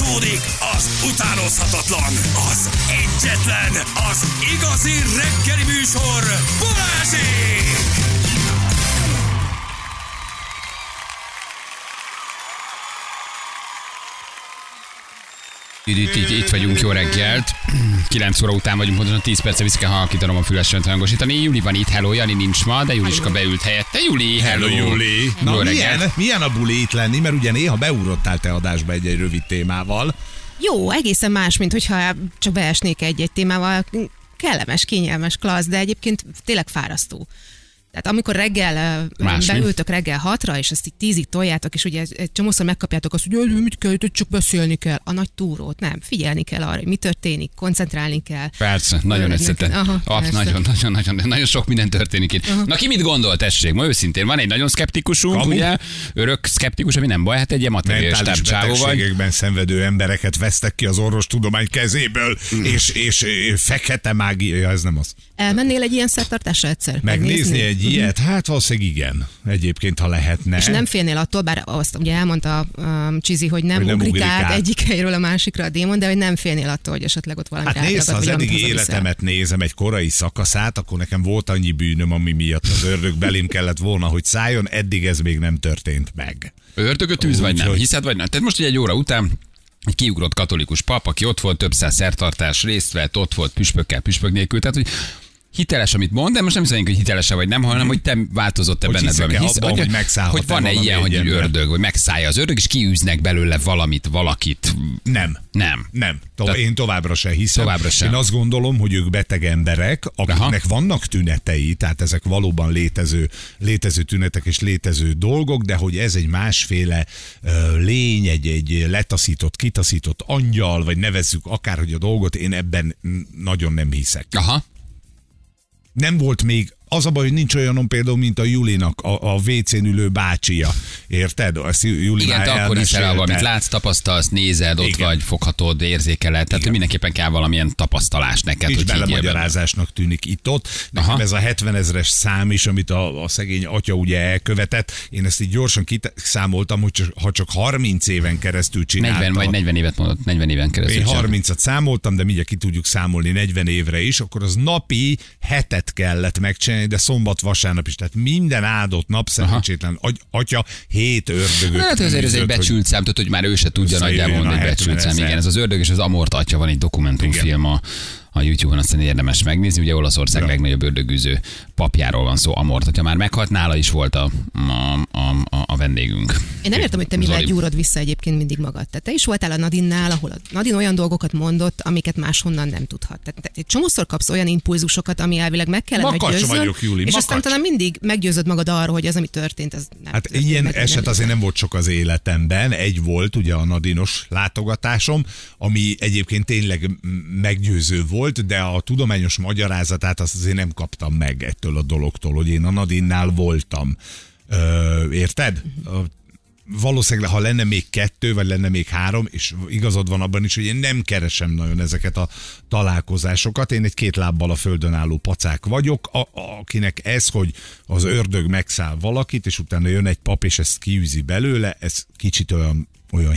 Folytatódik az utánozhatatlan, az egyetlen, az igazi reggeli műsor, Balázsék! Itt vagyunk, jó reggelt. 9 óra után vagyunk, pontosan 10 perce vissza kell halkítanom a fülesen hangosítani. Juli van itt, hello, Jani nincs ma, de Juliska beült helyette. Juli, hello. Juli. Na, milyen a buli itt lenni, mert ugye néha beugrottál te adásba egy rövid témával. Jó, egészen más, mint hogyha csak beesnék egy témával. Kellemes, kényelmes, klassz, de egyébként tényleg fárasztó. Tehát amikor reggel beültök reggel 6-ra, és ezt így 10-ig toljátok, és ugye egy csomószor megkapjátok azt, hogy mit kell, csak beszélni kell, a nagy túrót, nem, figyelni kell arra, hogy mi történik, koncentrálni kell. Persze, nagyon összetett. Nagyon sok minden történik itt. Aha. Na ki mit gondol, tessék, ma őszintén, van egy nagyon szkeptikusunk, ugye, örök szkeptikus, ami nem baj, hát egy ilyen materialistább csávó vagy. Betegségekben szenvedő embereket vesztek ki az orvostudomány kezéből, és fekete mágia, ez nem az. Elmennél egy ilyen szertartásra egyszer? Megnézni egy ilyet? Hát valószínűleg igen. Egyébként, ha lehetne. És nem félnél attól, bár azt ugye elmondta Csizi, hogy nem ugrik át egyik helyről a másikra a démon, de hogy nem félnél attól, hogy esetleg ott valami rádragad. Hát nézd, ha az eddigi életemet nézem, egy korai szakaszát, akkor nekem volt annyi bűnöm, ami miatt az ördög belém kellett volna, hogy szálljon, eddig ez még nem történt meg. Ördögöt űz vagy nem? Hiszed vagy nem? Tehát most egy óra után egy kiugrott katolikus pap, aki ott volt, több száz szertartás részt vett, ott volt püspökkel, püspök nélkül, tehát hogy hiteles, amit mond, de most nem hiszem, hogy hiteles vagy nem, hanem hogy te változott-e benned valami. Hogy van-e ilyen, hogy ördög, vagy megszállja az ördög, és kiűznek belőle valakit. Nem. Én továbbra sem hiszem. Én azt gondolom, hogy ők beteg emberek, akiknek vannak tünetei, tehát ezek valóban létező tünetek és létező dolgok, de hogy ez egy másféle lény, egy letaszított, kitaszított angyal, vagy nevezzük akárhogy a dolgot, én ebben nagyon nem hiszek. Aha. Nem volt még, az a baj, hogy nincs olyanom például, mint a Julinak, a WC-n ülő bácsia. Érted? Ezt Juli igen, te akkor hiszel el valamit, látsz, tapasztalsz, nézed, ott igen. Vagy, foghatod, érzékeled. Tehát mindenképpen kell valamilyen tapasztalás neked. És belemagyarázásnak tűnik itt-ott. Nekem ez a 70 000-es szám is, amit a szegény atya ugye elkövetett. Én ezt így gyorsan kiszámoltam, hogy ha csak 30 éven keresztül csináltam. 40 vagy 40 évet mondott, 40 éven keresztül. Én 30-at számoltam, de mindjárt ki tudjuk számolni 40 évre is, akkor az napi 7-et kellett megcsinálni, de szombat, vasárnap is. Tehát minden áldott nap szerencsétlen atya 7 ördögöt. Hát azért ez egy becsült szám, tudod, hogy már ő se tudja nagyjából, egy becsült szám. Igen, ez az ördög és az Amort atya, van egy dokumentumfilm a YouTube-on, aztán érdemes megnézni. Ugye Olaszország legnagyobb ördögűző papjáról van szó, Amort atya már meghalt, nála is volt a vendégünk. Én nem értem, hogy te mivel gyúrod vissza egyébként mindig magad. Tehát te is voltál a Nadinnál, ahol a Nadin olyan dolgokat mondott, amiket máshonnan nem tudhat. Tehát egy csomószor kapsz olyan impulzusokat, ami elvileg meg kellene, hogy győzzön, vagyok, Júli, és aztán talán mindig meggyőzöd magad arról, hogy az, ami történt, az nem. Hát ilyen eset azért nem volt sok az életemben. Egy volt ugye a nadinos látogatásom, ami egyébként tényleg meggyőző volt, de a tudományos magyarázatát azt azért nem kaptam meg ettől a dologtól, hogy én a Nadinnál voltam. Érted? Valószínűleg, ha lenne még 2, vagy lenne még 3, és igazad van abban is, hogy én nem keresem nagyon ezeket a találkozásokat. Én egy 2 lábbal a földön álló pacák vagyok, akinek ez, hogy az ördög megszáll valakit, és utána jön egy pap, és ezt kiűzi belőle, ez kicsit olyan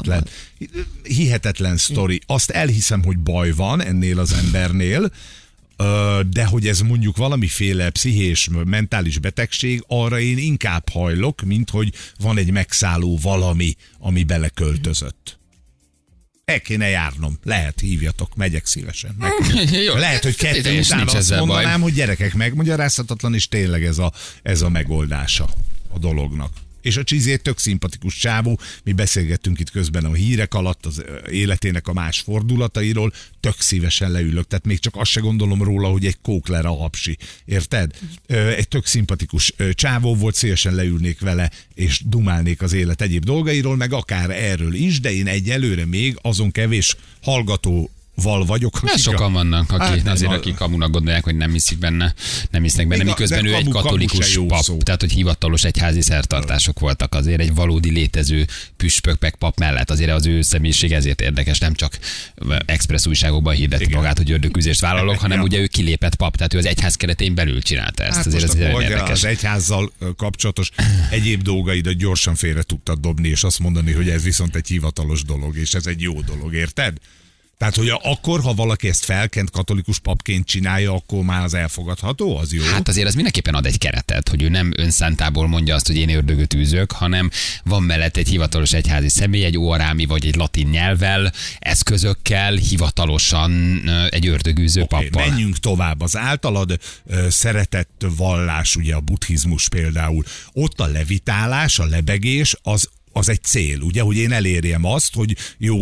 hihetetlen sztori. Azt elhiszem, hogy baj van ennél az embernél, de hogy ez mondjuk valamiféle pszichés, mentális betegség, arra én inkább hajlok, mint hogy van egy megszálló valami, ami beleköltözött. El kéne járnom. Lehet, hívjatok, megyek szívesen. Lehet, hogy 2 után azt mondanám, hogy gyerekek, megmagyarázhatatlan, és tényleg ez a megoldása a dolognak. És a Csizét tök szimpatikus csávó, mi beszélgettünk itt közben a hírek alatt az életének a más fordulatairól, tök szívesen leülök, tehát még csak azt se gondolom róla, hogy egy kókler a hapsi, érted? Egy tök szimpatikus csávó volt, szívesen leülnék vele, és dumálnék az élet egyéb dolgairól, meg akár erről is, de én egyelőre még azon kevés hallgató val vagyok. Sokan vannak, akik kamunak gondolják, hogy nem hisznek benne, miközben ő egy katolikus pap, tehát hogy hivatalos egyházi szertartások voltak azért egy valódi létező püspök meg pap mellett. Azért az ő személyiség ezért érdekes, nem csak express újságokban hirdeti magát, hogy ördögüzést vállalok, hanem ugye ő kilépett pap, tehát ő az egyház keretén belül csinálta ezt. Azért ez érdekes. Az egyházzal kapcsolatos egyéb dolgaidat gyorsan félre tudtad dobni, és azt mondani, hogy ez viszont egy hivatalos dolog, és ez egy jó dolog, érted? Tehát, hogy akkor, ha valaki ezt felkent katolikus papként csinálja, akkor már az elfogadható, az jó? Hát azért az mindenképpen ad egy keretet, hogy ő nem önszántából mondja azt, hogy én ördögöt űzök, hanem van mellett egy hivatalos egyházi személy, egy órámi vagy egy latin nyelvvel, eszközökkel, hivatalosan egy ördögűző pappal. Menjünk tovább. Az általad szeretett vallás, ugye a buddhizmus például, ott a levitálás, a lebegés, az egy cél, ugye, hogy én elérjem azt, hogy jó...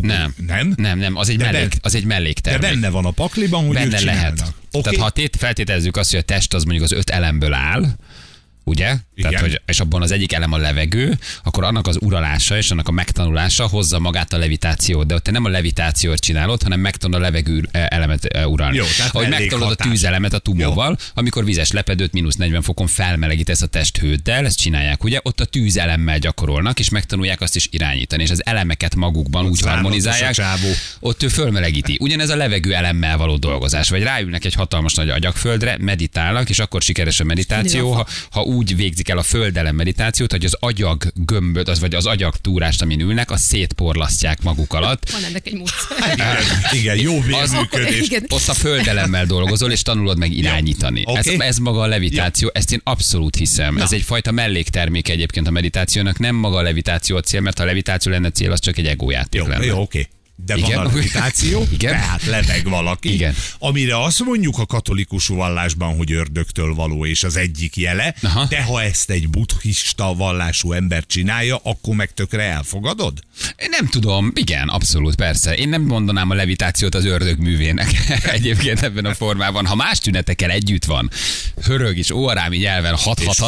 Nem, az egy melléktermék. De benne van a pakliban, hogy benne ők lehet. Okay. Tehát ha feltételezzük azt, hogy a test az mondjuk az 5 elemből áll, ugye? Tehát, hogy, és abban az egyik elem a levegő, akkor annak az uralása és annak a megtanulása hozza magát a levitációt. De ott te nem a levitációt csinálod, hanem megtanul a levegő elemet uralni. Ahogy megtanulod a tűzelemet a tumóval, amikor vizes lepedőt -40 fokon felmelegítesz a testhőddel, ezt csinálják, ugye? Ott a tűzelemmel gyakorolnak, és megtanulják azt is irányítani, és az elemeket magukban úgy harmonizálják, ott ő fölmelegíti. Ugyanez a levegő elemmel való dolgozás, vagy ráülnek egy hatalmas nagy agyagföldre, meditálnak, és akkor sikeres a meditáció, ha úgy végzik el a földelem meditációt, hogy az agyag gömböt, vagy az agyag túrást, amin ülnek, azt szétporlasztják maguk alatt. Van ennek egy módszer. Igen, jó vérműködés. Ott a földelemmel dolgozol, és tanulod meg irányítani. Okay. Ez maga a levitáció, ezt én abszolút hiszem. Ez egyfajta melléktermék egyébként a meditációnak, nem maga a levitáció a cél, mert ha a levitáció lenne cél, az csak egy egójáték lenne. Jó, oké. De igen, van a levitáció, tehát lebeg valaki. Igen. Amire azt mondjuk a katolikus vallásban, hogy ördögtől való, és az egyik jele, de ha ezt egy buddhista vallású ember csinálja, akkor meg tökre elfogadod? Én nem tudom, igen, abszolút, persze. Én nem mondanám a levitációt az ördög művének egyébként ebben a formában. Ha más tünetekkel együtt van, hörög és óarámi nyelven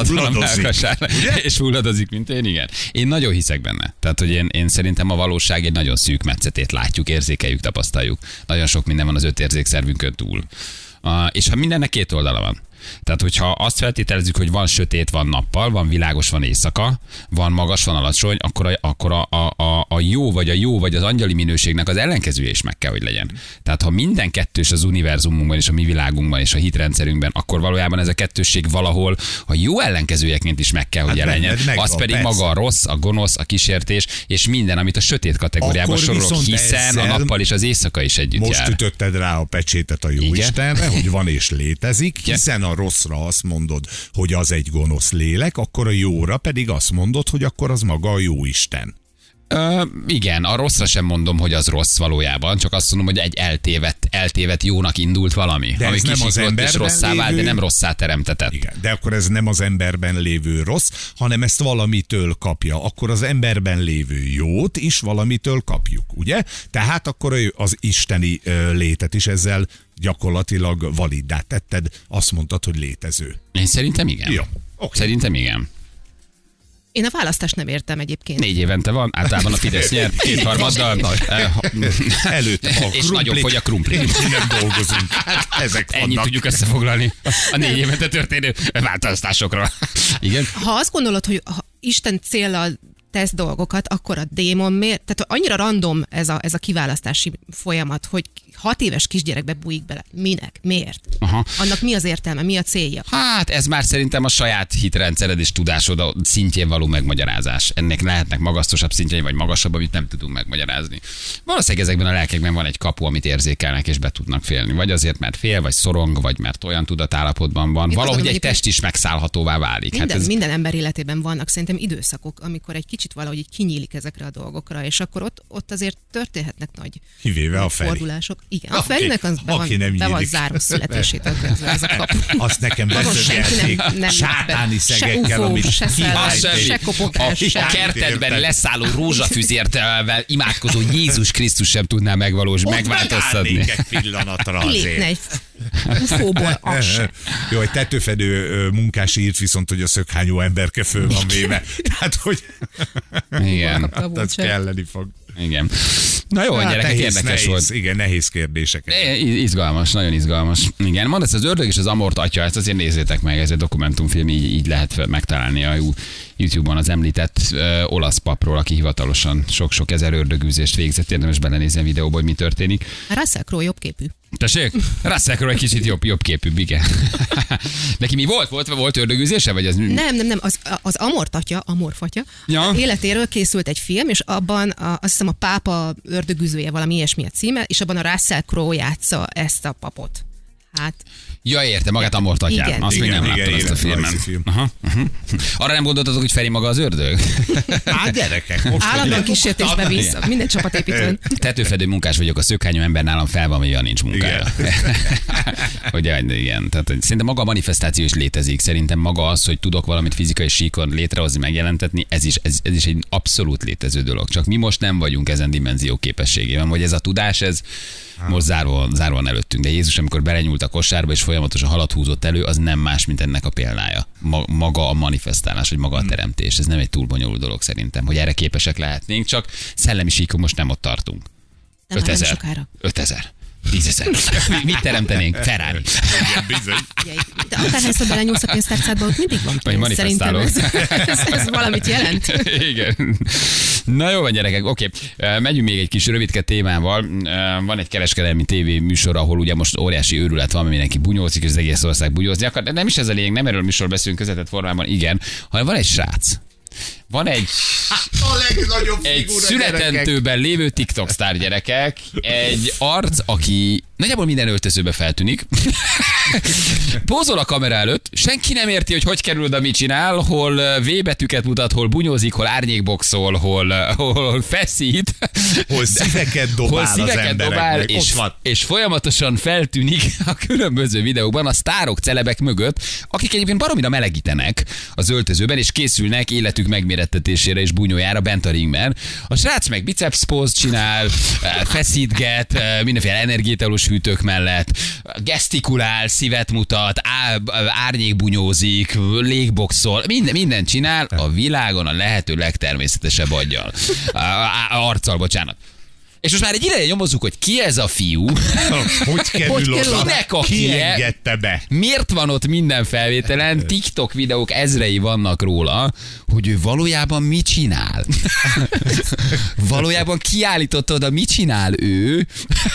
és hulladozik, mint én, igen. Én nagyon hiszek benne. Tehát, hogy én szerintem a valóság egy nagyon szűk metszetét látjuk, érzékeljük, tapasztaljuk. Nagyon sok minden van az 5 érzékszervünkön túl. És ha mindennek 2 oldala van. Tehát, hogyha azt feltételezzük, hogy van sötét, van nappal, van világos, van éjszaka, van magas, van alacsony, akkor a jó vagy az angyali minőségnek az ellenkezője is meg kell, hogy legyen. Tehát, ha minden kettős az univerzumunkban és a mi világunkban és a hitrendszerünkben, akkor valójában ez a kettősség valahol a jó ellenkezőjeként is meg kell, hogy jelenjen. Az pedig maga a rossz, a gonosz, a kísértés, és minden, amit a sötét kategóriában sorolok, hiszen a nappal és az éjszaka is együtt most jár. Most ütötted rá a pecsétet a Jóistenre, hogy van és létezik, hiszen a rosszra azt mondod, hogy az egy gonosz lélek, akkor a jóra pedig azt mondod, hogy akkor az maga a Jóisten. Igen, a rosszra sem mondom, hogy az rossz valójában, csak azt mondom, hogy egy eltévedt jónak indult valami, de ami kisiklott és rosszá vált, de nem rosszá teremtetett. Igen, de akkor ez nem az emberben lévő rossz, hanem ezt valamitől kapja. Akkor az emberben lévő jót is valamitől kapjuk, ugye? Tehát akkor az isteni létet is ezzel gyakorlatilag validdá tetted, azt mondtad, hogy létező. Én szerintem igen. Jó, okay. Szerintem igen. Én a választást nem értem egyébként. 4 évente van, általában a Fidesz nyer, 2/3. Előtte és nagyon fogy a krumpli. Nem dolgozunk. Hát ezek vannak. Ennyit tudjuk összefoglalni a 4 évente történő változtatásokról. Igen. Ha azt gondolod, hogy Isten céllal tesz dolgokat, akkor a démon miért? Tehát annyira random ez a kiválasztási folyamat, hogy 6 éves kisgyerekbe bújik bele. Minek? Miért? Aha. Annak mi az értelme? Mi a célja? Hát ez már szerintem a saját hitrendszered és tudásod a szintjén való megmagyarázás. Ennek lehetnek magasztosabb szintjei, vagy magasabb, amit nem tudunk megmagyarázni. Valószínűleg ezekben a lelkekben van egy kapu, amit érzékelnek és be tudnak félni. Vagy azért, mert fél, vagy szorong, vagy mert olyan tudatállapodt van. Valahogy egy test is megszállhatóvá válik. Minden ember életében vannak szerintem időszakok, amikor egy kicsit valahogy így kinyílik ezekre a dolgokra, és akkor ott azért történhetnek nagy fordulások. Igen, a Ferinek az be van zárva születésétől kezdve ez a kapu. Azt nekem beszélgették sátáni szegekkel, amit se kopogás, a kertedben leszálló rózsafüzértvel imádkozó Jézus Krisztus sem tudná megváltoztatni. Egy pillanatra azért. Kilépne egy ufóból, az se. Jó, egy tetőfedő munkás írt viszont, hogy a szökhányó emberke föl van véve. Tehát, hogy igen. ez kelleni fog. Igen. Na jó, hát gyerekek, érdekes volt. Igen, nehéz kérdések. Izgalmas, nagyon izgalmas. Igen, mondd ezt az ördög és az Amort atya, ezt azért nézzétek meg, ez egy dokumentumfilm, így lehet megtalálni a YouTube-on az említett olasz papról, aki hivatalosan sok-sok ezer ördögűzést végzett. Érdemes belenézni a videóba, hogy mi történik. Russell Crowe jobbképű. Tessék? Russell Crowe egy kicsit jobb képűbb, igen. Neki mi volt ördögűzése? Vagy az... Nem, az Amortatya, Amorfatya életéről készült egy film, és abban azt hiszem a pápa ördögűzője, valami ilyesmi a címe, és abban a Russell Crowe játsza ezt a papot. Hát... Ja, érte, magát Amortatyát. Igen. Azt még nem láttam ezt a filmen. Arra nem gondoltatok, hogy Feri maga az ördög? Hát gyerekek, most állandóan kísértésbe visz, minden csapatépítőn. Tetőfedő munkás vagyok, a szökányú ember nálam fel van, mivel nincs munkája. Ugye, igen. Tehát, szerintem maga a manifestáció is létezik. Szerintem maga az, hogy tudok valamit fizikai síkon létrehozni, megjelentetni, ez is egy abszolút létező dolog. Csak mi most nem vagyunk ezen dimenzió képességében, hogy ez a tudás, ez most záróan előttünk. De Jézus, amikor belenyúlt a kosárba, és folyamatosan halat húzott elő, az nem más, mint ennek a példája. Maga a manifestálás, vagy maga a teremtés. Ez nem egy túl bonyolult dolog szerintem, hogy erre képesek lehetnénk, csak szellemi síkon most nem ott tartunk. 5000. 5000. 10.000. Mit teremtenénk? Ferrari. De akárhányszor belenyúlsz a pénztárcádba, ott mindig van pénz. Szerintem ez valamit jelent. Igen. Na jó van, gyerekek, oké. Megyünk még egy kis rövidke témával. Van egy kereskedelmi tévé műsor, ahol ugye most óriási őrület van, mindenki bunyózik, és az egész ország bunyózni akar. De nem is ez a lényeg, nem erről műsor beszélünk közvetett formában, igen, hanem van egy srác. Van egy születendőben lévő TikTok sztár, gyerekek, egy arc, aki nagyjából minden öltözőbe feltűnik. Pózol a kamera előtt, senki nem érti, hogy kerül oda, mit csinál, hol V betűket mutat, hol bunyózik, hol árnyékboxol, hol feszít. Hol szíveket dobál, és folyamatosan feltűnik a különböző videókban a sztárok, celebek mögött, akik egyébként baromira melegítenek az öltözőben, és készülnek életük megmérettetésére és bunyójára bent a ringben. A srác meg biceps pózt csinál, feszítget, mindenféle energiátolós hűtők mellett, gesztikulál, szívet mutat, árnyékbunyózik, légboxol, mindent csinál a világon a lehető legtermészetesebb arccal, bocsánat. És most már egy ideje nyomozzuk, hogy ki ez a fiú. Hogy kerül oda? Kinek a ki engedte be? Miért van ott minden felvételen? TikTok videók ezrei vannak róla, hogy ő valójában mit csinál. Valójában kiállította oda, mit csinál ő.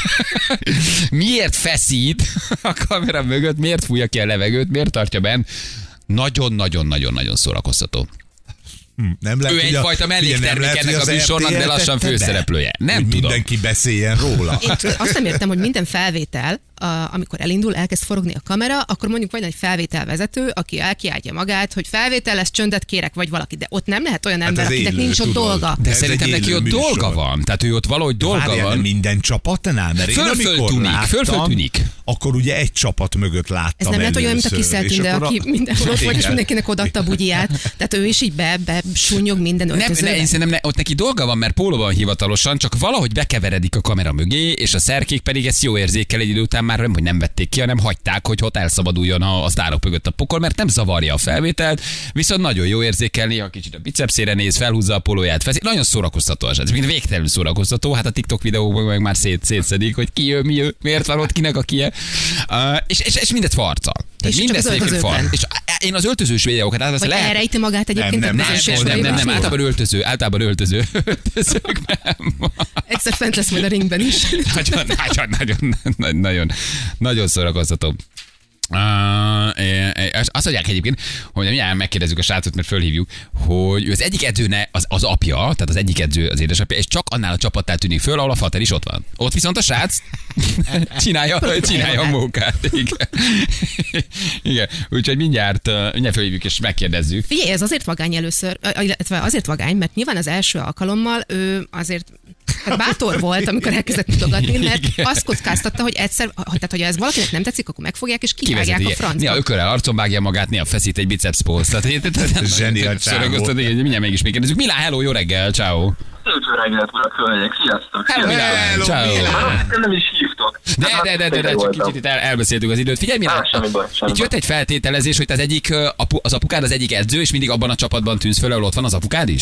Miért feszít a kamera mögött, miért fújja ki a levegőt, miért tartja benn. Nagyon-nagyon-nagyon-nagyon szórakoztató. Nem lehet, ő egyfajta melléktermék ennek a műsornak, de lassan főszereplője. Nem hogy tudom. Mindenki beszéljen róla. Én azt nem értem, hogy minden felvétel, amikor elindul, elkezd forogni a kamera, akkor mondjuk van egy felvételvezető, aki elkiáltja magát, hogy felvétel lesz, csöndet kérek, vagy valaki. De ott nem lehet olyan ember, akinek nincs ott dolga. De szerintem neki ott dolga van. Tehát ő ott valahogy dolga van. Minden csapatnál, mert föltűnik. Akkor ugye egy csapat mögött láttam. Ez nem lehet olyan, mint a Kiszeltünde, aki mindenhol ott volt, és mindenkinek odaadta a bugyját. Tehát ő is így besúnyog minden öltözőbe. Én szerintem ott neki dolga van, mert pólóban hivatalosan, csak valahogy bekeveredik a kamera mögé, és a szerkék pedig ezt jó érzékel egy idő után már hogy nem vették ki, hanem hagyták, hogy ott elszabaduljon a sztárok mögött a pokol, mert nem zavarja a felvételt, viszont nagyon jó érzékelni, ha kicsit a bicepszére néz, felhúzza a pólóját, nagyon szórakoztató az. Végtelenül szórakoztató, hát a TikTok videókban meg már szétszedik, hogy ki jön, mi jön, miért van ott, kinek a kie. És mindet farccal. És mindez egyébként far. És én az öltözős videókat vagy elrejti magát egyébként. Nem, általában öltöző. Egyszer fent lesz majd a ringben is. Nagyon szórakoztató. Azt mondják egyébként, hogy mindjárt megkérdezzük a srácot, mert fölhívjuk, hogy ő az egyik edzőne az apja, tehát az egyik edző az édesapja, és csak annál a csapattál tűnik föl, ahol a fater is ott van. Ott viszont a srác csinálja a munkát. Igen. Úgyhogy mindjárt fölhívjuk és megkérdezzük. Figyelj, ez azért vagány először, illetve azért vagány, mert nyilván az első alkalommal ő azért bátor volt, amikor elkezdett mutogatni, mert azt kockáztatta, hogy egyszer, tehát hogy ez valakinek nem tetszik, akkor megfogják és kivágják a francba. Néha ökölrel arcon vágja magát, néha feszít egy biceps pózt. Zseniál, csávó. Mindjárt meg is kérdezzük. Milán, hello, jó reggel, ciao. Szép jó reggelt, urak, hölgyek, sziasztok! Hello, ciao. Nem is hívtok. De csak kicsit itt elbeszéltük az időt. Figyelj, Milán, itt jött egy feltételezés, hogy az apukád az egyik edző, és mindig abban a csapatban tűnsz föl, ahol ott van az apukád is?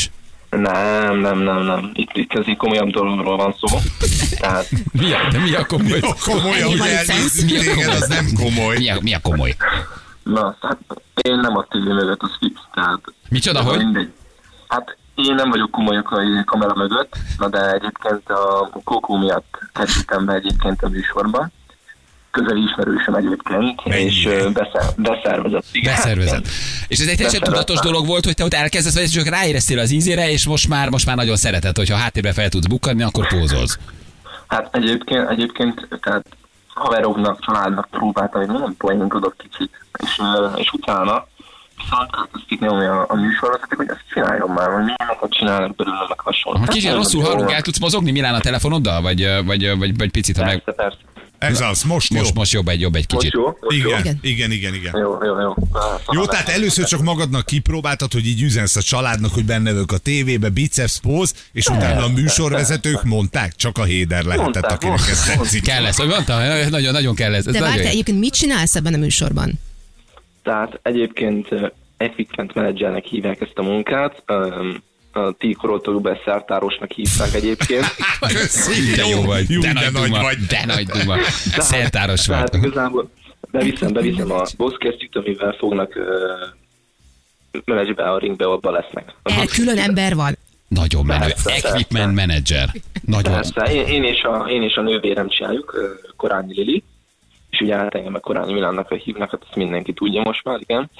Nem. Itt ez így komolyabb dologról van szó. Tehát... Mi a komoly? Komoly, ahogy elnézzük téged, az nem komoly. Mi a komoly? Na, hát én nem a tévé mögött, az fix. Tehát... Micsoda, hogy? Mindegy. Hát én nem vagyok komoly a kamera mögött, na de egyébként a Kokó miatt kerültem be egyébként a műsorban. Közeli ismerősöm egyébként, és beszervezett. Igen. Beszervezett. És ez egy teljesen tudatos dolog volt, hogy te ott elkezdesz, vagy csak ráéreztél az ízére, és most már nagyon szereted, hogyha háttérbe fel tudsz bukkadni, akkor pózolsz. Hát egyébként tehát haveroknak, családnak próbáltam, hogy nem poénkodok kicsit, és utána viszont elkezdték nyomni a műsorvezeték, hogy ezt csináljon már, hogy milyeneket csinálnak belőle, meg hasonló. Kicsit rosszul hallunk, el tudsz mozogni Milán a telefonoddal, vagy picit, ha meg... Persze. Ez az, most jó. Most jobb egy kicsit. Igen. Jó. Jó, tehát először csak magadnak kipróbáltad, hogy így üzensz a családnak, hogy benne vagyok a tévébe, biceps póz, és utána a műsorvezetők mondták, csak a Héder lehetett, akinek ez tetszik. Kell lesz, hogy mondta, nagyon kell lesz. De várj, egyébként mit csinálsz ebben a műsorban? Tehát egyébként equipment menedzsernek hívják ezt a munkát, a ti korotokban szertárosnak hívták egyébként. De jó vagy, de nagy duma. Szertáros vagy. Tehát igazából beviszem a bosszkesztyűt, amivel fognak menedzsbe a ringbe, abban lesznek. Külön ember van. Nagyon menő. Equipment manager. Nagyon. Persze, én és a nővérem csináljuk, Korányi Lili. És ugye hát engem a Korányi Milánnak hívnak, hát ezt mindenki tudja most már, igen.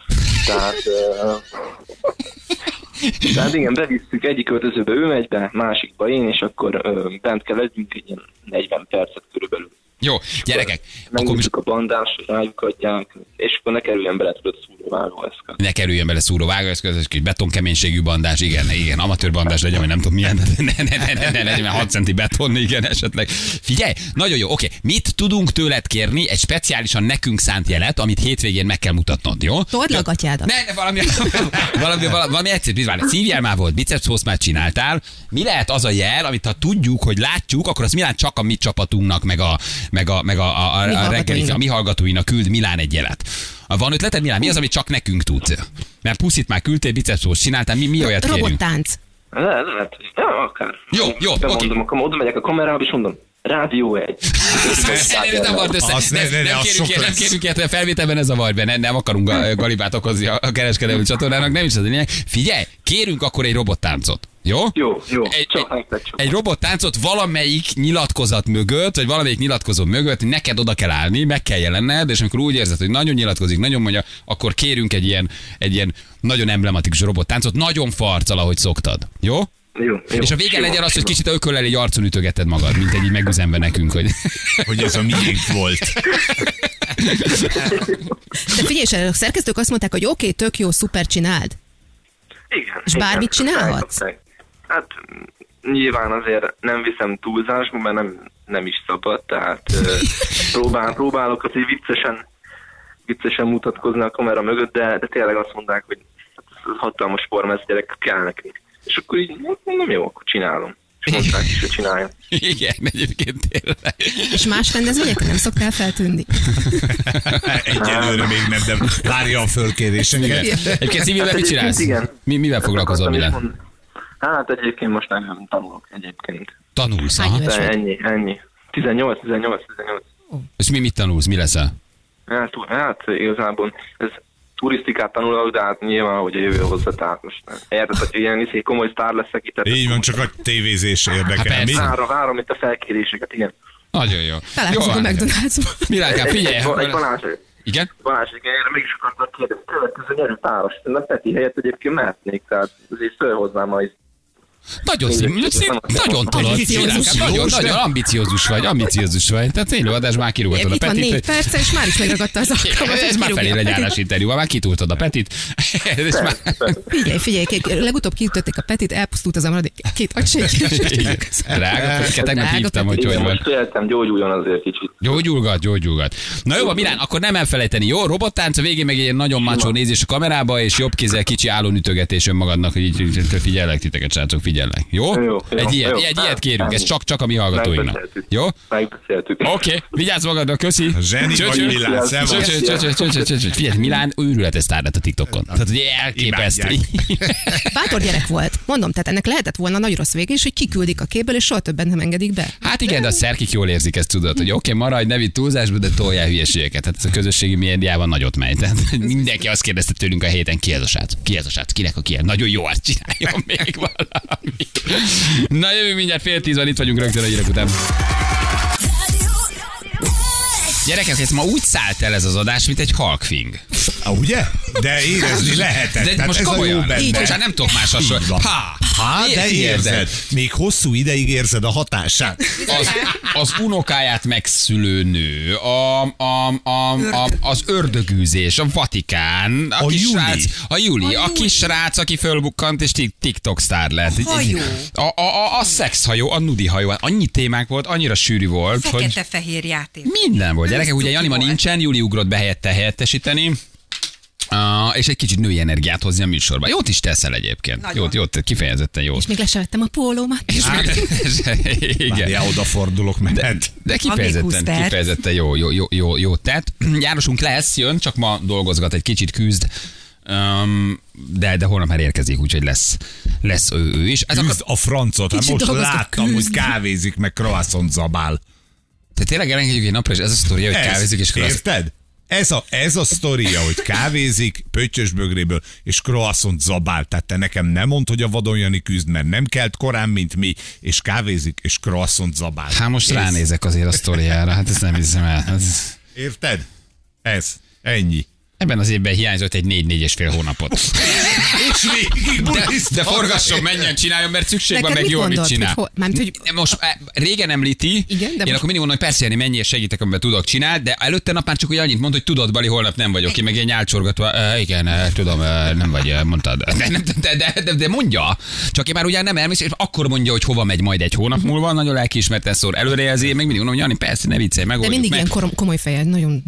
Tehát igen, bevisszük egyik költözőbe, ő megy be, másikba én, és akkor bent kell legyünk egy ilyen 40 percet körülbelül. Jó, gyerekek. Megnézzük a bandást, rájuk adják, és akkor ne kerüljen bele, tudod, szúróvágóeszköz. Ne kerüljen bele szúróvágóeszköz, és kis betonkeménységű bandás, igen, amatőr bandás legyen, vagy nem tudom milyen, ne legyen 6 centi beton, igen, esetleg. Figyelj, nagyon jó, oké. Mit tudunk tőled kérni, egy speciálisan nekünk szánt jelet, amit hétvégén meg kell mutatnod, jó? Told a gatyádat. Ne, valami egyszerű, szívjel már volt, biceps post már csináltál. Mi lehet az a jel, amit ha tudjuk, hogy látjuk, akkor az Milán csak a mi csapatunknak, meg a reggeli, a mi hallgatóinak küld Milán egy jelet. Van ötleted, Milán? Mi az, amit csak nekünk tudsz? Mert puszit már küldtél, biceps post csináltál, mi olyat kérjünk? Robottánc. Lehet, akár. Jó, oké. Oda megyek a kamerába, és mondom, Rádió 1. Nem kérjük ilyet, felvételben ez zavar be, nem akarunk galibát okozni a kereskedelmi csatornának, nem is az a lényeg. Figyelj, kérünk akkor egy robottáncot. Jó? Jó. Egy robottáncot valamelyik nyilatkozat mögött, vagy valamelyik nyilatkozó mögött neked oda kell állni, meg kell jelenned, és amikor úgy érzed, hogy nagyon nyilatkozik, nagyon mondja, akkor kérünk egy ilyen nagyon emblematikus robottáncot, nagyon farccal, ahogy szoktad. Jó? Jó, és a vége legyen az, hogy kicsit ököllel egy arcon ütögeted magad, mint egy így megüzenve nekünk, hogy ez a miénk volt. De figyelj, a szerkesztők azt mondták, hogy oké, tök jó, szuper, csináld. Igen. És bármit csinálhatsz? Hát nyilván azért nem viszem túlzásba, mert nem is szabad, tehát próbálok azért viccesen mutatkozni a kamera mögött, de tényleg azt mondták, hogy hatalmas formás gyerek kell neki. És akkor így mondom, jó, akkor csinálom. És mondták is, hogy csinálja. Igen, egyébként tényleg. És más rendezvényekre nem szoktál feltűnni? Egyelőre még nem, de várja a fölkéréseket. Egyébként civilben mit csinálsz? Igen. Mivel foglalkozol, Milán? Hát egyébként most nem tanulok egyébként. Tanulsz, Ennyi. 18. És mit tanulsz? Mi leszel? Hát igazából ez turisztikát tanulok, de hát nyilván, hogy a jövő hozzá, tehát most érted, hogy ilyen komoly sztár leszek itt. Így van, csak a tévézés érdekel. Várom itt a felkéréseket, igen. Nagyon jó. Találkozunk a McDonald's-ban. Milánkám, figyelj! Egy Balázs. Igen? Balázs, igen, erre mégis akartak kérdezni. Következő nyerő páros. Nem Peti helyett egyébként mehetnék, tehát azért fölhoznám majd. Nagyon ambiciózus vagy. Tehát élőadás már kirúghatod a Petit. Itt van 4 perc, és már is megragadta az alkalmat. Ez már felé egy állásinterjúval, már kitúltad a Petit. Figyelj, legutóbb kiütötték a Petit, elpusztult az a maradék 2 agység. Drága, tegnap hívtam, hogy van. Most féltem, gyógyuljon azért kicsit. Gyógyulgat. Na jó, Milán, akkor nem elfelejteni, jó? Robottánc, a végén meg egy nagyon macsó nézés a kamerába, és jobb kézzel kicsi állónütögetés önmagadnak, hogy így figyellek titeket, srácok. figyelnek. Jó? Jó, egy ilyet kérünk, ez csak a mi hallgatóinknak. Jó? Megbeszéltük. Oké, vigyázz magadra, köszi. Zseni vagy Milán, szevasz. Figyelj, Milán őrületes sztár lett a TikTokon. Tehát, hogy elképesztő. Bátor gyerek volt. Mondom, tehát ennek lehetett volna nagy rossz vége is, hogy kiküldik a képből, és soha többet nem engedik be. Hát igen, de a szerkik jól érzik ezt, tudod, hogy oké, maradj, ne vidd túlzásba, de toljál hülyeségeket. Tehát ez a közösségi médiában nagyot megy. Tehát mindenki azt kérdezte tőlünk a héten, ki ez a srác? Ki ez a srác? Kinek a ki? Nagyon jó, azt csináljon még valami. Na jövünk mindjárt 9:30 van, itt vagyunk rögtön a hírek után. Gyerekek, ez ma úgy szállt el ez az adás, mint egy halkfing. Ugye? De érezni lehetett. De most komolyan, most nem tudok más hasonló. De érzed. Még hosszú ideig érzed a hatását. Az unokáját megszülő nő, az ördögűzés, a Vatikán, a Juli, a kisrác, aki fölbukkant és TikTok sztár lett. A szexhajó, a nudi hajó. Annyi témák volt, annyira sűrű volt. Fekete-fehér játék. Minden volt. Gyerekek, ugye Jani ma nincsen, Juli ugrott be helyettesíteni. És egy kicsit női energiát hozni a műsorba. Jót is teszel egyébként. Jót, kifejezetten jót. És még le sem vettem a pólómat. Igen. Odafordulok, mert... De kifejezetten jó tett. Járosunk jön, csak ma dolgozgat, egy kicsit küzd. De holnap már érkezik, úgyhogy lesz ő is. Küzd a francot, hát most láttam, hogy kávézik, meg croissant zabál. Te tényleg elengedjük egy napra, és ez a sztoria, hogy kávézik és croissant. Érted? Ez a sztoria, hogy kávézik pöttyösbögréből és croissant zabál. Tehát te nekem nem mondd, hogy a Vadon Jani küzd, mert nem kelt korán, mint mi, és kávézik és croissant zabál. Hát most ránézek azért a sztoriára, hát ezt nem hiszem el. Érted? Ennyi. Ebben az évben hiányzott egy 4-4,5 hónapot. És végig de forgasson, menjen, csináljon, mert szükség van, meg jól mit csinál. Most régen említi, igen, de én akkor mindig mondom, hogy persze, Jani, menjél, segítek, amiben tudok csinálni, de előtte nap már csak annyit mond, hogy tudod, Bali, holnap nem vagyok ki, meg egy nyálcsorgatva, igen, tudom, nem vagy, mondtad. De mondja, csak én már ugye nem elmész, és akkor mondja, hogy hova megy majd egy hónap múlva, nagyon lelkiismerten szól, előrejelzi, meg mindig mondom, hogy Jani, persze, ne viccelj, megoldjuk. De mindig ilyen komoly fejed, nagyon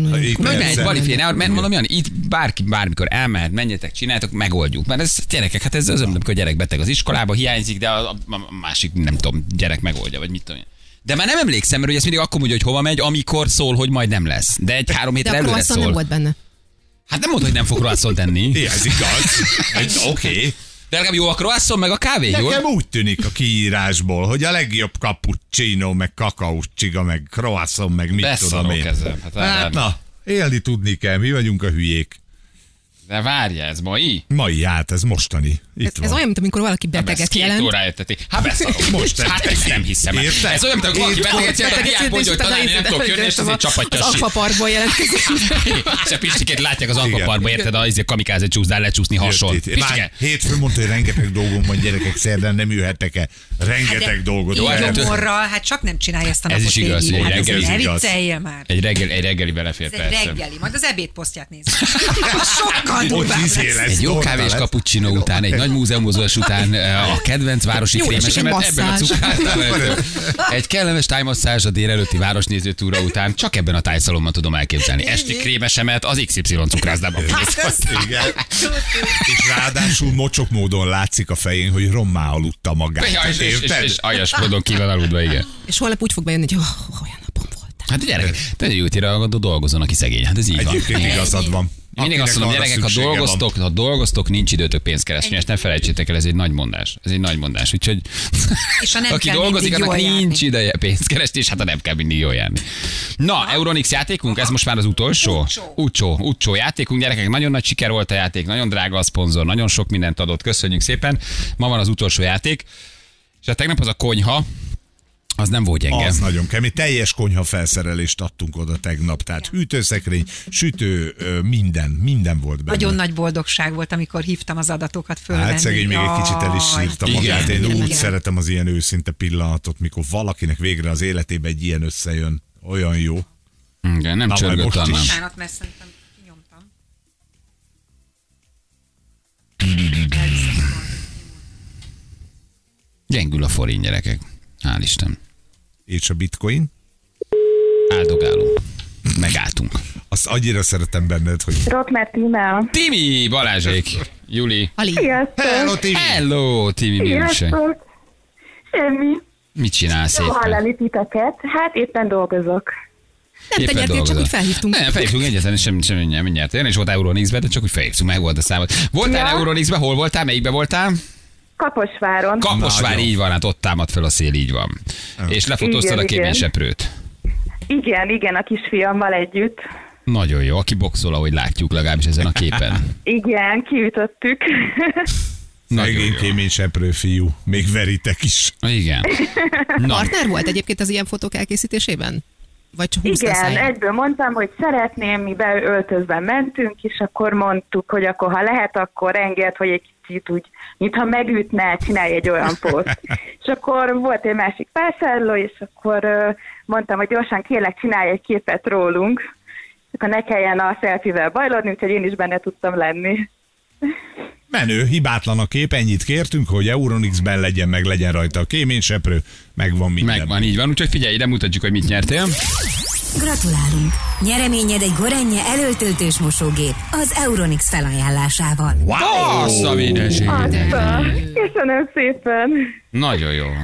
bármikor elmehet, menjetek, csináljátok, megoldjuk. Mert ez gyerekek, hát ez az, amikor a gyerek beteg az iskolába, hiányzik, de a másik, nem tudom, gyerek megoldja, vagy mit tudom én. De már nem emlékszem, mert ez mindig akkor mondja, hogy hova megy, amikor szól, hogy majd nem lesz. De egy 3 hétre előre szól. Nem volt benne. Hát nem mondta, hogy nem fog croissant tenni. Ez igaz. Oké. De legalább jó a croissant, meg a kávé, jó? Nekem úgy tűnik a kiírásból, hogy a legjobb cappuccino, meg kakaócsiga, meg croissant, meg mit tudom én. Hát na, élni tudni kell, mi vagyunk a hülyék. De várja, ez mai? Mai, hát ez mostani. Ez olyan, mint amikor valaki beteget jelent. 2 órája tetik. Hát beszarok. Most hát ezt nem hiszem el. Ez olyan, mint amikor valaki beteget jelent, a diák mondja, hogy talán nem tudok jönni, és azért csapatja a Az akvaparkból jelentkezik. És a Pistikét látják az akvaparkból, érted? A kamikáze csúszdál lecsúszni hason. Hétfőn mondta, hogy rengeteg dolgom van, gyerekek, szerdán nem jöhetek-e. Rengeteg dolgot. Gyomorral, hát csak nem csinálja ezt a napot. Ez is igaz, hogy egy reggeli. Ne vicceljél már. Egy reggeli belefér, persze. Egy reggeli, majd az ebédposztját nézzük. Sokkal Egy jó kávés cappuccino után, egy nagy múzeumozás után a kedvenc városi krémesemet ebben a cukrászdában. Egy kellemes tájmasszázs a délelőtti városnézőtúra után csak ebben a tájszalomban tudom elképzelni. Esti krémesemet az XY cukrászdában. Igen. És ráadásul mocsok módon látszik a fején, hogy rommá aludta magát. És aljas módon ki van aludva, igen. És holnap úgy fog bejönni, hogy olyan napom volt. Hát gyerek, te jó tiragadó dolgozon, aki szegény. Hát ez így van. Egyébként igazad van. Mindig azt mondom, gyerekek, ha dolgoztok, nincs időtök pénzt keresni, ezt ne felejtsétek el, ez egy nagy mondás. Úgyhogy aki dolgozik, annak nincs ideje pénzt keresni, és hát nem kell mindig jól járni. Na, Euronix játékunk, ez most már az utolsó? Utcsó játékunk, gyerekek, nagyon nagy siker volt a játék, nagyon drága a szponzor, nagyon sok mindent adott, köszönjük szépen. Ma van az utolsó játék, és hát tegnap az a konyha, az nem volt gyenge. Az nagyon kemény. Teljes konyha felszerelést adtunk oda tegnap. Tehát hűtőszekrény, sütő, minden volt benne. Nagyon nagy boldogság volt, amikor hívtam az adatokat föl. Hát szegény még egy kicsit el is sírta magát. Én úgy szeretem az ilyen őszinte pillanatot, mikor valakinek végre az életébe egy ilyen összejön. Olyan jó. Igen, nem csörgött annál. Bocsánat, mert szerintem kinyomtam. Gyengül a forint, gyerekek. Hál' Isten. És a bitcoin? Áldogálunk. Megálltunk. Azt annyira szeretem benned, hogy... Rotmer Tímea. Timi, Balázsék, Juli. Ali. Sziasztok. Hello, Timi. Hello, Timi, mi újság? Semmi. Mit csinálsz Jó éppen? hallani titeket. Hát éppen dolgozok. Nem Éppen tenyertél, csak dolgozol. úgy felhívtunk. Nem, felhívtunk egyetlen, sem mindjárt. Én is voltál Euronix-be, de csak úgy felhívtunk, meg volt a számot. Voltál Ja. Euronix-be, hol voltál, melyikbe voltál? Kaposváron. Kaposvár, Nagyon. így van, hát ott támad fel a szél, így van. És lefotóztad Igen, a igen. kéményseprőt. Igen, a kisfiammal együtt. Nagyon jó, aki boxol, ahogy látjuk legalábbis ezen a képen. Igen, kiütöttük. Nagyon Szegény jó. kéményseprő fiú. Még veritek is. Igen. Na, Partner volt egyébként az ilyen fotók elkészítésében? Vagy csak húzta a Igen, száját? egyből mondtam, hogy szeretném, mi beöltözben mentünk, és akkor mondtuk, hogy akkor ha lehet, akkor enged, hogy egy kicsit úgy, mintha megütne, csinálj egy olyan poszt. És akkor volt egy másik vásárló, és akkor mondtam, hogy gyorsan kérlek, csinálj egy képet rólunk, akkor ne kelljen a selfie-vel bajlódni, úgyhogy én is benne tudtam lenni. Menő, hibátlan a kép, ennyit kértünk, hogy Euronix-ben legyen rajta a kéményseprő, megvan minden. megvan, így van, úgyhogy figyelj ide, mutatjuk, hogy mit nyertél. Gratulálunk! Nyereményed egy Gorenje elöltöltős mosógép az Euronix felajánlásával. Azt a mindenségét. Köszönöm szépen. Nagyon jó.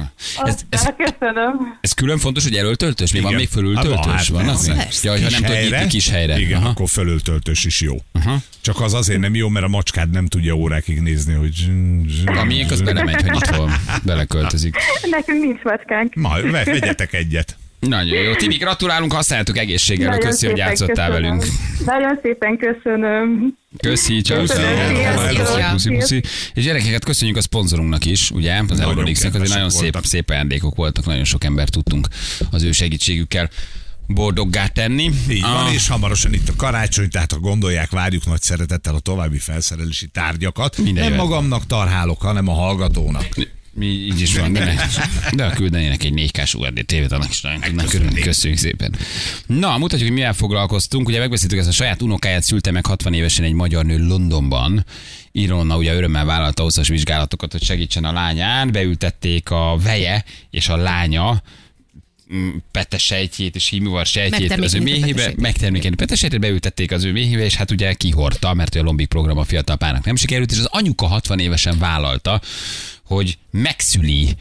Köszönöm. Ez külön fontos, hogy elöltöltös? Mi van Igen. még fölültöltös? Hát Vannak még? persze. Ja, ha nem tudod nyitni kis helyre. Igen, Aha. akkor fölöltöltös is jó. Csak az azért nem jó, mert a macskád nem tudja órákig nézni, hogy... A miénk az belemegy, hogy itt hol beleköltözik. Nekünk nincs macskánk. Majd vegyetek egyet. Nagyon jó. Tibi, gratulálunk, használtuk egészséggel. Nagyon Köszi, hogy szépen játszottál köszönöm. velünk. Nagyon szépen köszönöm. Köszi, ciao, Köszönöm, ciao. sziasztok. Puszi. És gyerekeket köszönjük a szponzorunknak is, ugye? Az Euronixnek azért nagyon kedvesek voltak. szép ajándékok voltak, nagyon sok embert tudtunk az ő segítségükkel boldoggá tenni. Így van, és hamarosan itt a karácsony, tehát ha gondolják, várjuk nagy szeretettel a további felszerelési tárgyakat. Minden Nem jöhet. magamnak tarhálok, hanem a hallgatónak. Mi így is van, de ha küldenének egy 4K-s URD tévét, annak is nagyon tudnak örülni. Köszönjük szépen. Na, mutatjuk, hogy mivel foglalkoztunk. Ugye megbeszéltük, ezt a saját unokáját szülte meg 60 évesen egy magyar nő Londonban. Ironna ugye örömmel vállalta hosszas vizsgálatokat, hogy segítsen a lányán. Beültették a veje és a lánya petesejtjét és hímivar sejtjét az ő méhébe, megtermékenyi petesejtét beültették az ő méhébe, és hát ugye kihordta, mert a Lombik program a fiatal párnak nem sikerült, és az anyuka 60 évesen vállalta, hogy megszüli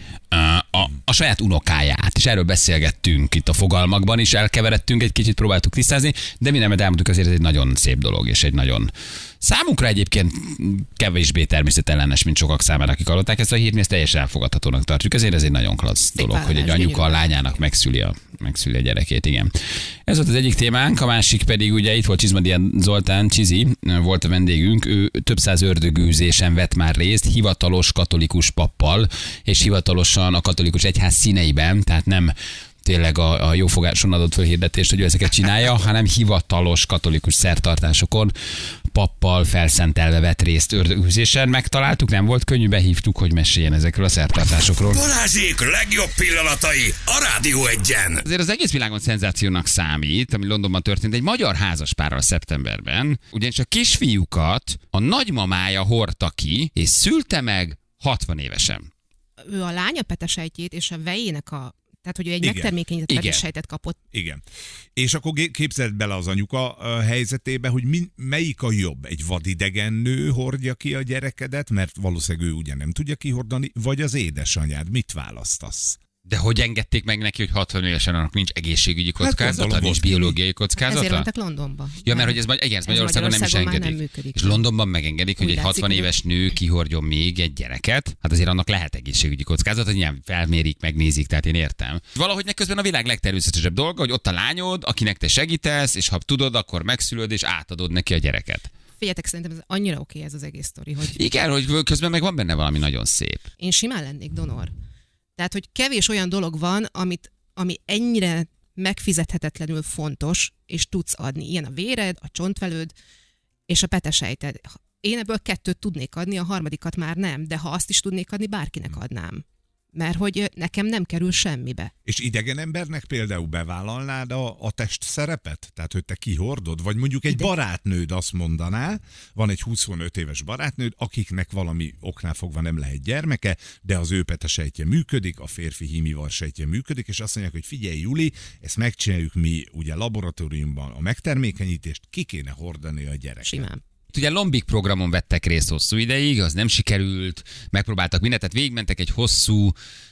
a saját unokáját, és erről beszélgettünk itt a fogalmakban is, elkeveredtünk, egy kicsit próbáltuk tisztázni, de mi nem elmondtuk, azért ez egy nagyon szép dolog, és egy nagyon számunkra egyébként kevésbé természetellenes, mint sokak számára, akik hallották ezt a hírt, mi ezt teljesen elfogadhatónak tartjuk. Ezért ez egy nagyon klassz dolog, hogy egy anyuka a lányának megszüli a gyerekét, igen. Ez volt az egyik témánk, a másik pedig ugye itt volt Csizmadian Zoltán, Csizi, volt a vendégünk, ő több száz ördögűzésen vett már részt, hivatalos katolikus pappal, és hivatalosan a katolikus egyház színeiben, tehát nem tényleg a jófogáson adott fölhirdetést, hogy ő ezeket csinálja, hanem hivatalos katolikus szertartásokon pappal felszentelve vett részt ördögűzésen. Megtaláltuk, nem volt könnyű, behívtuk, hogy meséljen ezekről a szertartásokról. Balázsék legjobb pillanatai a Rádió Egyen. Azért az egész világon szenzációnak számít, ami Londonban történt egy magyar házaspárral szeptemberben, ugyanis a kisfiúkat a nagymamája hordta ki, és szülte meg 60 évesen. Ő a lánya petesejtjét és a vejének tehát, hogy ő egy Igen. megtermékenyített Igen. petesejtet kapott. Igen. És akkor képzeld bele az anyuka helyzetébe, hogy melyik a jobb? Egy vadidegen nő hordja ki a gyerekedet, mert valószínűleg ő ugye nem tudja kihordani, vagy az édesanyád? Mit választasz? De hogy engedték meg neki, hogy 60 évesen annak nincs egészségügyi kockázata, gondolom, nincs volt biológiai Ezért kockázata? mentek Londonba. Ja, mert hogy ez Magyarországon nem is Magyarországon már engedik. nem működik. És Londonban megengedik, hogy Úgy egy látszik, 60 hogy- éves nő kihordjon még egy gyereket. Hát azért annak lehet egészségügyi kockázat, hogy nyilván felmérik, megnézik, tehát én értem. Valahogy közben a világ legtermészetesebb dolga, hogy ott a lányod, akinek te segítesz, és ha tudod, akkor megszülöd és átadod neki a gyereket. Figyeljetek, szerintem ez annyira oké ez az egész sztori, hogy Igen, hogy közben meg van benne valami nagyon szép. én simán lennék donor. Tehát, hogy kevés olyan dolog van, ami ennyire megfizethetetlenül fontos, és tudsz adni. Ilyen a véred, a csontvelőd és a petesejted. Én ebből 2 tudnék adni, a harmadikat már nem, de ha azt is tudnék adni, bárkinek adnám. Mert hogy nekem nem kerül semmibe. És idegen embernek például bevállalnád a test szerepet? Tehát, hogy te kihordod? Vagy mondjuk egy barátnőd azt mondaná, van egy 25 éves barátnőd, akiknek valami oknál fogva nem lehet gyermeke, de az ő petesejtje működik, a férfi hímivar sejtje működik, és azt mondják, hogy figyelj Juli, ezt megcsináljuk mi ugye laboratóriumban a megtermékenyítést, ki kéne hordani a gyereket. Simán. Ugye Lombik programon vettek részt hosszú ideig, az nem sikerült, megpróbáltak mindent, tehát végigmentek egy hosszú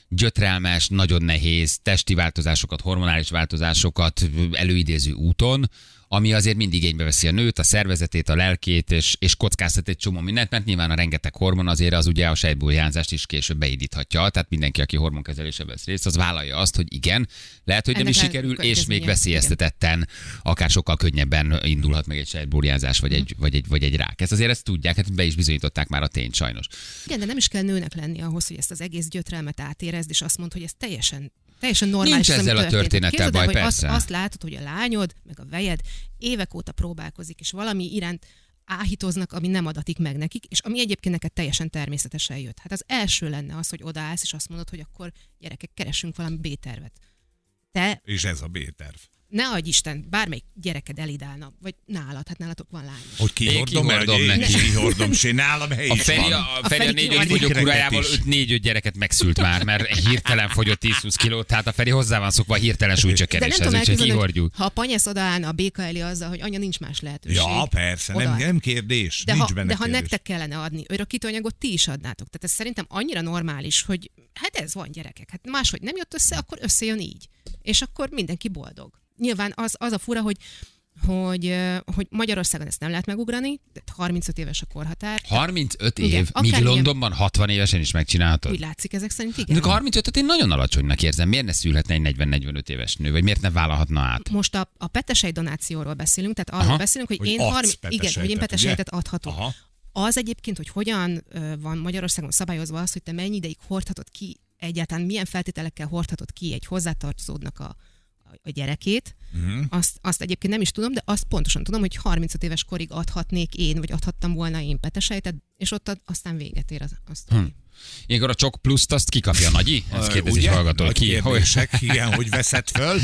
gyötrelmes, nagyon nehéz testi változásokat, hormonális változásokat előidéző úton, ami azért mindig igénybe veszi a nőt, a szervezetét, a lelkét, és kockáztat egy csomó mindent, mert nyilván a rengeteg hormon azért az ugye a sejtburjánzást is később beindíthatja. Tehát mindenki, aki hormonkezelésre vesz részt, az vállalja azt, hogy igen, lehet, hogy nem is sikerül, és még veszélyeztetetten, akár sokkal könnyebben indulhat meg egy sejtburjánzás, vagy egy rák. Ezt tudják, hát be is bizonyították már a tényt sajnos. Igen, de nem is kell nőnek lenni ahhoz, hogy ezt az egész gyötrelmet átérezd, és azt mondd, hogy ez teljesen normális. Nincs ezzel a történettel baj, persze. Azt látod, hogy a lányod, meg a vejed évek óta próbálkozik, és valami iránt áhítoznak, ami nem adatik meg nekik, és ami egyébként neked teljesen természetesen jött. Hát az első lenne az, hogy odaállsz, és azt mondod, hogy akkor gyerekek, keressünk valami B-tervet. És ez a B-terv. Ne adj Isten, bármelyik gyereked elidálna, vagy nálad, hát nálatok van lány. Hogy kihordom neki. Kihordom, nálam hely is van. A Feri a 4 fogyó kurájával 4-5 gyereket megszült már, mert hirtelen fogyott 10-20 kilót, tehát a Feri hozzá van szokva a hirtelen súlycsökkenéshez, úgyhogy kihordjuk. Ha a Panyasz odaállna a béka elé azzal, hogy anya, nincs más lehetőség. Ja, persze, nem kérdés. De nincs benne ha kérdés. nektek kellene adni örökítőanyagot, ti is adnátok. Tehát ez szerintem annyira normális, hogy hát ez van, gyerekek. Hát máshogy nem jött össze, akkor összejön így. És akkor mindenki boldog. Nyilván az a fura, hogy Magyarországon ezt nem lehet megugrani, de 35 éves a korhatár. 35 év? Igen, míg Londonban 60 évesen is megcsinálhatod? Úgy látszik ezek szerint, igen. De 35-öt én nagyon alacsonynak érzem. Miért ne szülhetne egy 40-45 éves nő, vagy miért ne vállalhatna át? Most a petesej donációról beszélünk, tehát arról beszélünk, hogy én petesejtet adhatok. Aha. Az egyébként, hogy hogyan van Magyarországon szabályozva az, hogy te mennyi ideig hordhatod ki, egyáltalán milyen feltételekkel hordhatod ki egy hozzátartozódnak a gyerekét, azt egyébként nem is tudom, de azt pontosan tudom, hogy 35 éves korig adhatnék én, vagy adhattam volna én petesejtet, és ott aztán véget ér azt. Ilyenkor a csok pluszt azt kikapja, Nagyi? Ezt kérdezi hallgató. Igen, hogy veszed föl?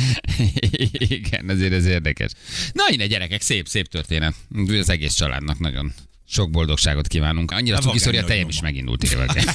Igen, ezért ez érdekes. Na, innen gyerekek, szép történet. Az egész családnak nagyon sok boldogságot kívánunk. Annyira cukiszori, a tejem is megindult években.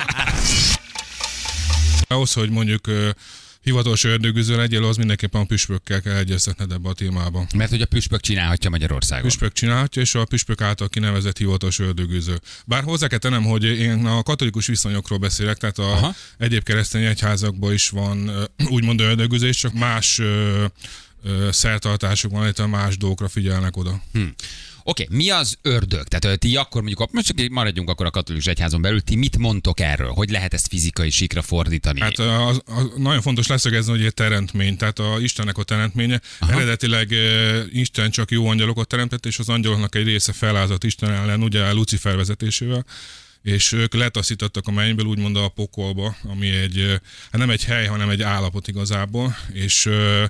Ahhoz, hogy mondjuk hivatalos ördögűző legyél, az mindenképpen a püspökkel kell egyeztetned ebbe a témába. Mert hogy a püspök csinálhatja Magyarországon. Püspök csinálhatja, és a püspök által kinevezett hivatalos ördögűző. Bár hozzá kell tennem, hogy én a katolikus viszonyokról beszélek, tehát egyéb keresztény egyházakban is van úgymond ördögűzés, csak más szertartások van, illetve más dolgokra figyelnek oda. Oké, mi az ördög? Tehát ti akkor mondjuk, most csak maradjunk akkor a katolikus egyházon belül, ti mit mondtok erről? Hogy lehet ezt fizikai síkra fordítani? Hát nagyon fontos leszögezni, hogy egy teremtmény, tehát Istennek a teremtménye. Eredetileg Isten csak jó angyalokat teremtett, és az angyaloknak egy része felázott Isten ellen, ugye Lucifer vezetésével, és ők letaszítottak a mennyből, úgymond a pokolba, ami nem egy hely, hanem egy állapot igazából, és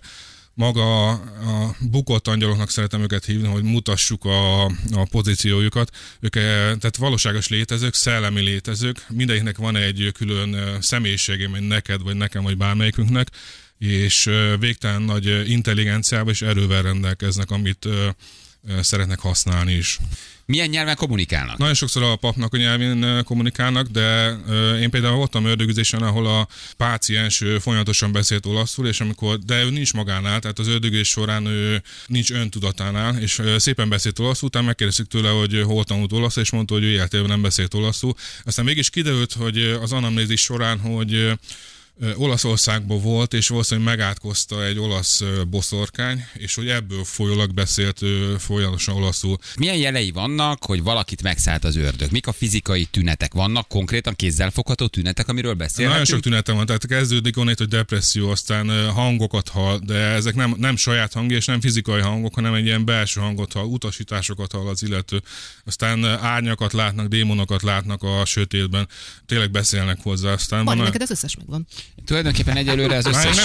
maga a bukott angyaloknak szeretem őket hívni, hogy mutassuk a pozíciójukat. Ők tehát valóságos létezők, szellemi létezők, mindegyiknek van egy külön személyisége, mint neked, vagy nekem, vagy bármelyikünknek, és végtelen nagy intelligenciával és erővel rendelkeznek, amit szeretnek használni is. Milyen nyelven kommunikálnak? Nagyon sokszor a papnak a nyelvén kommunikálnak, de én például voltam ördögüzésen, ahol a páciens folyamatosan beszélt olaszul, és de ő nincs magánál, tehát az ördögés során ő nincs öntudatánál, és szépen beszélt olaszul, utána megkérdeztük tőle, hogy hol tanult olaszul, és mondta, hogy ő életében nem beszélt olaszul. Aztán mégis kiderült, hogy az anamnézis során, hogy Olaszországban volt, és valószínűleg megátkozta egy olasz boszorkány, és hogy ebből folyólag beszélt folyamatosan olaszul. Milyen jelei vannak, hogy valakit megszállt az ördög? Mik a fizikai tünetek? Vannak konkrétan kézzelfogható tünetek, amiről beszélhetünk? Nagyon sok tünete van, tehát kezdődik onnét, hogy depresszió, aztán hangokat hall, de ezek nem saját hangja, és nem fizikai hangok, hanem egy ilyen belső hangot hall, utasításokat hall az illető. Aztán árnyakat látnak, démonokat látnak a sötétben, tényleg beszélnek hozzá. Aztán neked az összes megvan. Tulajdonképpen egyelőre az összes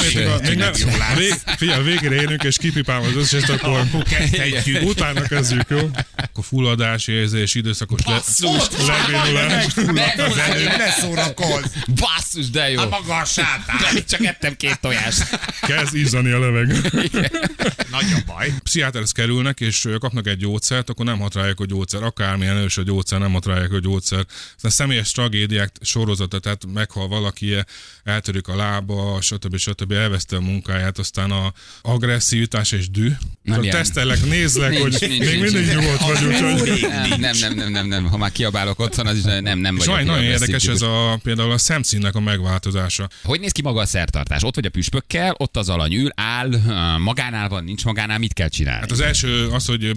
Figyelj, végre érünk, és kipipálom az összes, akkor utána kezdjük, jó? Akkor fulladás érzés, időszakos lebénulás. Ne szórakozz! Basszus, de jó! A maga a sátán! Csak ettem 2 tojást. Kezd izzani a levegő. Nagy a baj. Pszichiáterhez kerülnek, és kapnak egy gyógyszert, akkor nem hat rájuk a gyógyszer. Akármilyen erős a gyógyszer, nem hat rájuk a gyógyszer. Aztán személyes tragédiák sorozata, tehát meghal valaki, eltörik a lába, stb. Elveszte a munkáját, aztán a agresszivitás és düh. Tesztelek, nézlek, hogy még mindig nyugodt vagy. Nem. Ha már kiabálok otthon, az is nem vagyok. Nagyon érdekes ez például a szemszínnek a megváltozása. Hogy néz ki maga a szertartás? Ott vagy a püspökkel, ott az alany ül, áll, magánál van, nincs magánál, mit kell csinálni? Hát az első az, hogy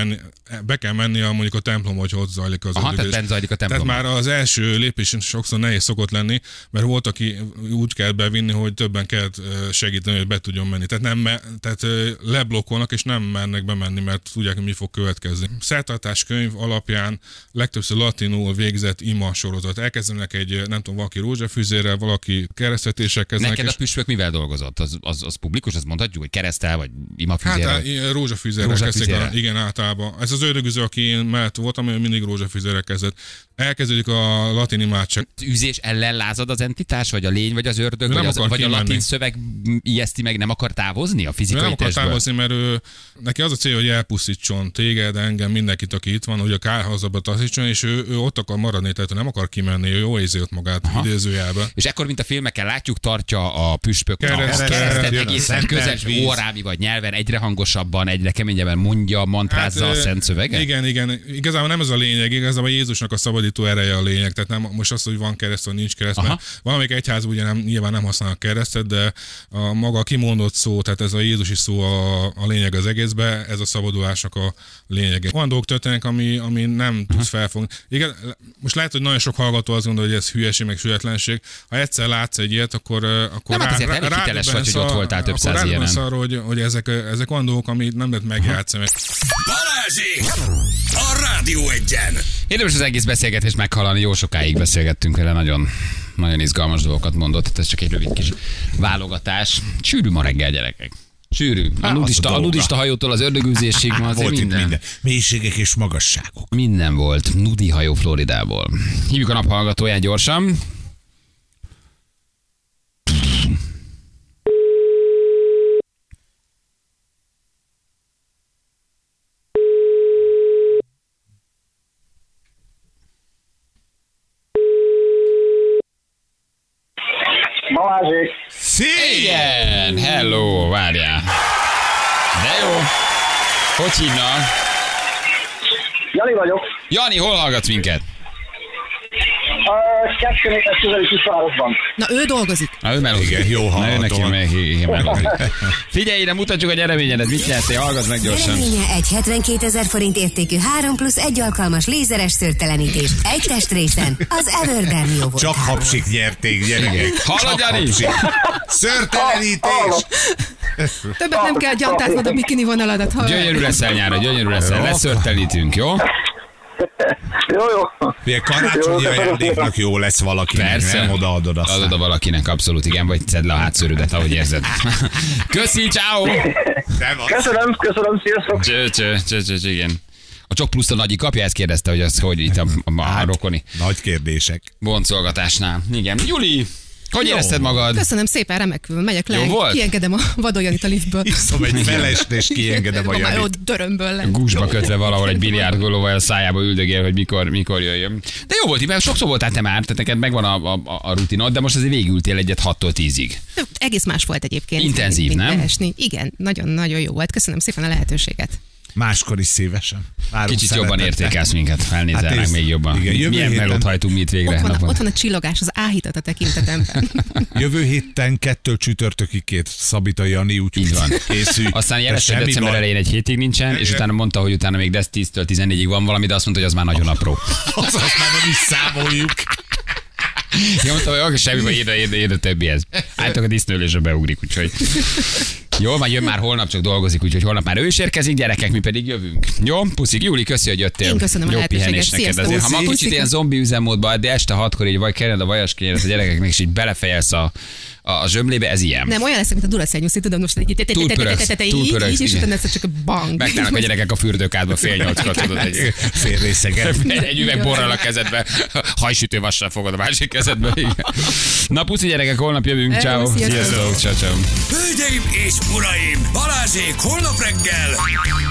be kell menni mondjuk a templom, hogy ott zajlik az öldögés. Tehát zajlik a templom. Tehát már az első lépés sokszor nehéz szokott lenni, mert volt, aki úgy kell bevinni, hogy többen kell segíteni, hogy be tudjon menni. Tehát leblokkolnak, és nem mernek bemenni, mert tudják, hogy mi fog következni. Szertartás könyv alapján legtöbbször latinul végzett ima sorozat. Elkezdenek nem tudom, valaki rózsafűzérrel, valaki keresztvetések kezdenek. Neked a püspök mivel dolgozott? Az publikus, azt mondhatjuk, hogy keresztel, vagy imafűzérrel? Hát rózsafűzérrel kezdték, igen, általában. Ez az ördögűző, aki mellett voltam, ő mindig rózsafűzérrel kezdett. Elkezdődik a latin imádság. Az üzés ellen lázad az entitás, vagy a lény, vagy az ördög, vagy a latin szöveg ijeszti meg, nem akar távozni a fizikai testből? Nem akar távozni, mert neki az a cél, hogy elpusztítson téged, engem, mindenkit, aki itt van, hogy a kárhozaba taszítson, és ő ott akar maradni, tehát nem akar kimenni, ő jól érzi ott magát idézőjelbe. És ekkor, mint a filmeken látjuk, tartja a püspök keresztet egészen közel, órámi vagy nyelven, egyre hangosabban, egyre keményebben mondja, mantrázza a szent szöveget? Igen. Igazából nem ez a lényeg, igazából Jézusnak a szabadító ereje a lényeg, tehát nem most az, hogy van kereszt, vagy nincs kereszt, mert valamelyik egyház ugye nyilván nem használnak keresztet, de a maga kimondott szó, tehát ez a Jézusi szó a lényeg az egészben, ez a szabadulásnak a lényege. Olyan dolgok történnek, ami nem tudsz felfogni. Igen, most lehet, hogy nagyon sok hallgató azt gondolja, hogy ez hülyeség, meg sületlenség. Ha egyszer látsz egy ilyet, akkor hiteles vagy, hogy ott voltál több száz ilyenen. Arra, hogy ezek olyan dolgok, amit nem lehet megjátszani. Balázsék! A Rádió Egyen! Érdemes az egész beszélgetést meghallani, jó sokáig beszélgettünk vele, nagyon izgalmas dolgokat mondott, ez csak egy rövid kis válogatás. Sűrű ma reggel, gyerekek. Sűrű. A nudista hajótól az ördögűzésig ma azért minden. Mélységek és magasságok. Minden volt. Nudi hajó Floridából. Hívjuk a naphallgatóját gyorsan. Balázsék! Igen! Hello, várjál. De jó. Hogy hívnak? Jani vagyok. Jani, hol hallgatsz minket? Kecskemétes közeli kisvárosban. Na, ő dolgozik. Ő melózik. Igen, jó hallgató. Figyelj ide, mutatjuk a nyereményedet. Mit nyertél? Hallgass meg gyorsan. Nyereménye egy 72 000 forint értékű 3+1 alkalmas lézeres szőrtelenítés. Egy testrészen. Az Everdermi jó volt. Csak hapsik nyerték, gyerekek. Hallod, Jani? Szőrtelenítés. Többet nem kell gyantáznod a bikini vonaladat. Gyönyörű leszel nyára, gyönyörű leszel. Leszőrtelenítünk, jó? Jó. Milyen karácsonyi ajándéknak jó lesz valakinek, persze. Nem odaadod aztán. Adod a valakinek, abszolút, igen, vagy szedd le a hátszőrödet, ahogy érzed. Köszi, ciao. Köszönöm, sziasztok. Igen. A Csok Plusz a nagyi kapja, ezt kérdezte, hogy az hogy itt a rokoni. Nagy kérdések. Boncolgatásnál. Igen. Juli, hogy érezted magad? Köszönöm szépen, remekül. Megyek le, kiengedem a vadolyanit a liftből. Iszom egy felest, és kiengedem a Janit. Már ott dörömből le. Gúzsba kötve valahol egy biliárdgólóval a szájába üldögél, hogy mikor jöjjön. De jó volt, mert sokszor voltál te már, tehát neked megvan a rutinod, de most azért végültél egyet 6-tól 10-ig. Egész más volt egyébként. Intenzív, nem? Leesni. Igen, nagyon-nagyon jó volt. Köszönöm szépen a lehetőséget. Máskor is szívesen. Kicsit jobban értékelsz minket, felnézelnek hát még jobban. Igen, milyen melót hajtunk mi itt végre? Ott van a csillogás, az áhítat a tekintetemben. Jövő héten 2 csütörtökig 2 Szabita Jani, úgyhogy van. Készülj. Aztán jelezte december elején egy hétig nincsen, és utána mondta, hogy utána még 10-től 14-ig van valami, de azt mondta, hogy az már nagyon apró. Azt már nem is számoljuk. Én mondtam, hogy oké, semmi, vagy írd a többihez. Álltak a disznőlésre beugrik, úgyhogy... Jó, majd jön már holnap, csak dolgozik, úgyhogy holnap már ő is érkezik, gyerekek, mi pedig jövünk. Jó, puszik, Júli, köszi, hogy jöttél. Én köszönöm jó a pihenés neked. Azért, ha ma kicsit ilyen zombi üzemmódban, de este 6-kor így vagy kered a vajas kenyeret a gyerekeknek, és így belefejelsz a a zsömlébe, ez ilyen. Nem, olyan lesz, mint a Duracell-nyuszi, tudod, most így, és utána ez csak a bang. Megtállnak a gyerekek a fürdőkádba 7:30-kor, tudod, fél részegen. Egy üveg borral a kezedbe, hajsütővassal fogod a másik kezedbe. Na puszi gyerekek, holnap jövünk, ciao. Hölgyeim és uraim, Balázsék holnap reggel